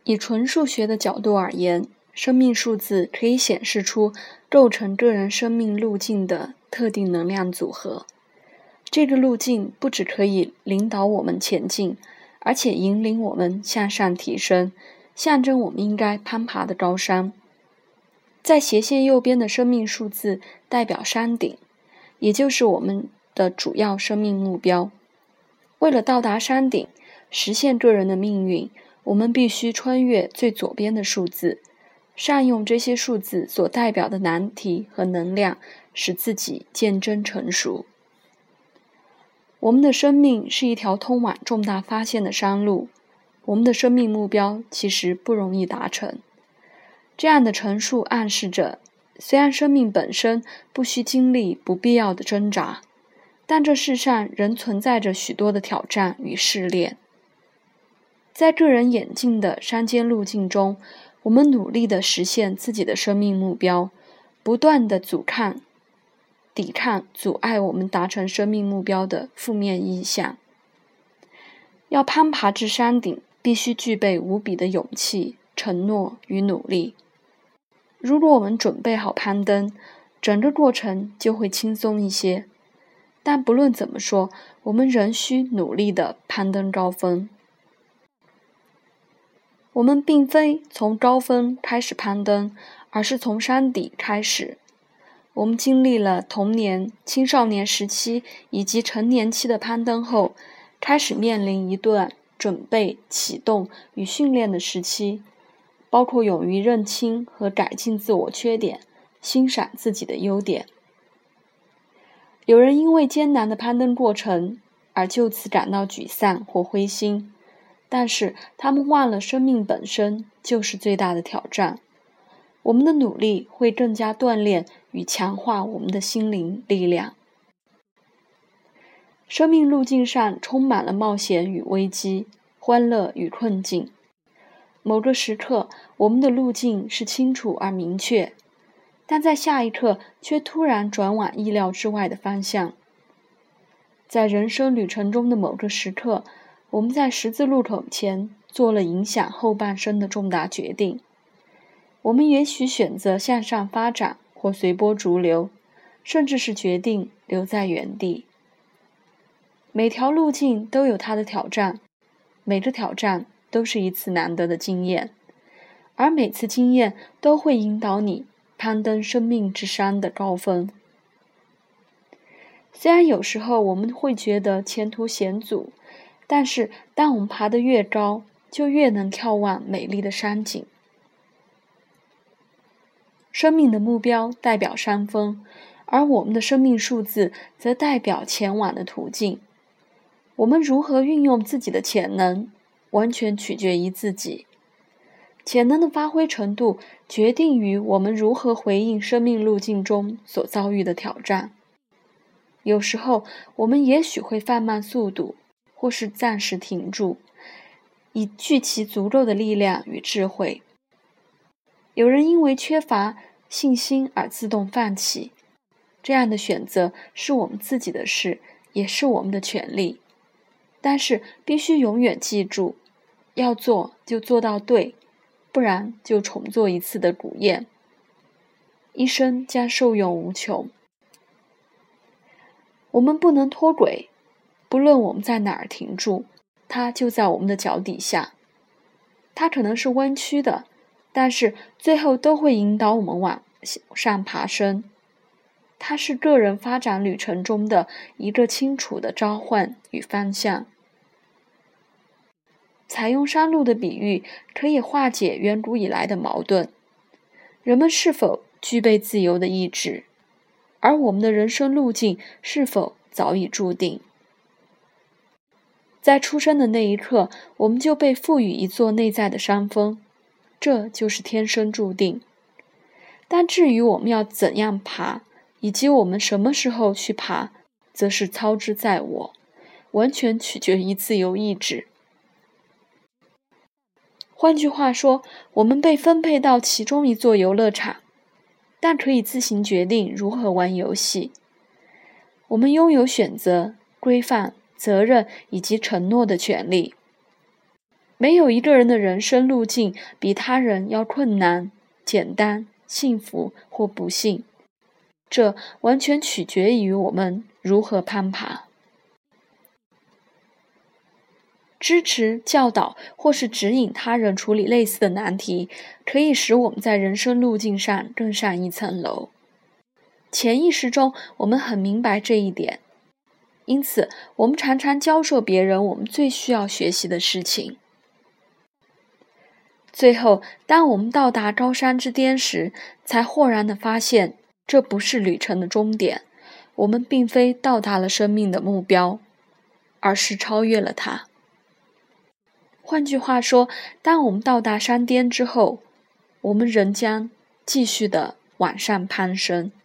以纯数学的角度而言，生命数字可以显示出构成个人生命路径的特定能量组合。这个路径不只可以领导我们前进，而且引领我们向上提升，象征我们应该攀爬的高山。在斜线右边的生命数字代表山顶，也就是我们的主要生命目标。为了到达山顶，实现个人的命运，我们必须穿越最左边的数字，善用这些数字所代表的难题和能量，使自己渐臻成熟。我们的生命是一条通往重大发现的山路，我们的生命目标其实不容易达成。这样的陈述暗示着，虽然生命本身不需经历不必要的挣扎，但这世上仍存在着许多的挑战与试炼。在个人演进的山间路径中，我们努力地实现自己的生命目标，不断地抵抗阻碍我们达成生命目标的负面意象。要攀爬至山顶，必须具备无比的勇气、承诺与努力。如果我们准备好攀登，整个过程就会轻松一些。但不论怎么说，我们仍需努力地攀登高峰。我们并非从高峰开始攀登，而是从山底开始。我们经历了童年、青少年时期以及成年期的攀登后，开始面临一段准备、启动与训练的时期，包括勇于认清和改进自我缺点，欣赏自己的优点。有人因为艰难的攀登过程而就此感到沮丧或灰心，但是他们忘了生命本身就是最大的挑战。我们的努力会更加锻炼与强化我们的心灵力量。生命路径上充满了冒险与危机，欢乐与困境。某个时刻，我们的路径是清楚而明确，但在下一刻却突然转往意料之外的方向。在人生旅程中的某个时刻，我们在十字路口前做了影响后半生的重大决定。我们也许选择向上发展或随波逐流，甚至是决定留在原地。每条路径都有它的挑战，每个挑战都是一次难得的经验，而每次经验都会引导你攀登生命之山的高峰。虽然有时候我们会觉得前途险阻，但是当我们爬得越高，就越能眺望美丽的山景。生命的目标代表山峰，而我们的生命数字则代表前往的途径。我们如何运用自己的潜能，完全取决于自己。潜能的发挥程度决定于我们如何回应生命路径中所遭遇的挑战。有时候，我们也许会放慢速度，或是暂时停住，以聚齐足够的力量与智慧。有人因为缺乏信心而自动放弃，这样的选择是我们自己的事，也是我们的权利。但是必须永远记住，要做就做到对，不然就重做一次的古谚，一生将受用无穷。我们不能脱轨，不论我们在哪儿停住，它就在我们的脚底下。它可能是弯曲的，但是最后都会引导我们往上爬升。它是个人发展旅程中的一个清楚的召唤与方向。采用山路的比喻可以化解远古以来的矛盾。人们是否具备自由的意志？而我们的人生路径是否早已注定？在出生的那一刻，我们就被赋予一座内在的山峰，这就是天生注定。但至于我们要怎样爬，以及我们什么时候去爬，则是操之在我，完全取决于自由意志。换句话说，我们被分配到其中一座游乐场，但可以自行决定如何玩游戏。我们拥有选择、规范、责任以及承诺的权利。 没有一个人的人生路径比他人要困难、简单、幸福或不幸，这完全取决于我们如何攀爬。支持、教导或是指引他人处理类似的难题，可以使我们在人生路径上更上一层楼。潜意识中，我们很明白这一点，因此我们常常教授别人我们最需要学习的事情。最后，当我们到达高山之巅时，才豁然地发现，这不是旅程的终点，我们并非到达了生命的目标，而是超越了它。换句话说，当我们到达山巅之后，我们仍将继续地往上攀升。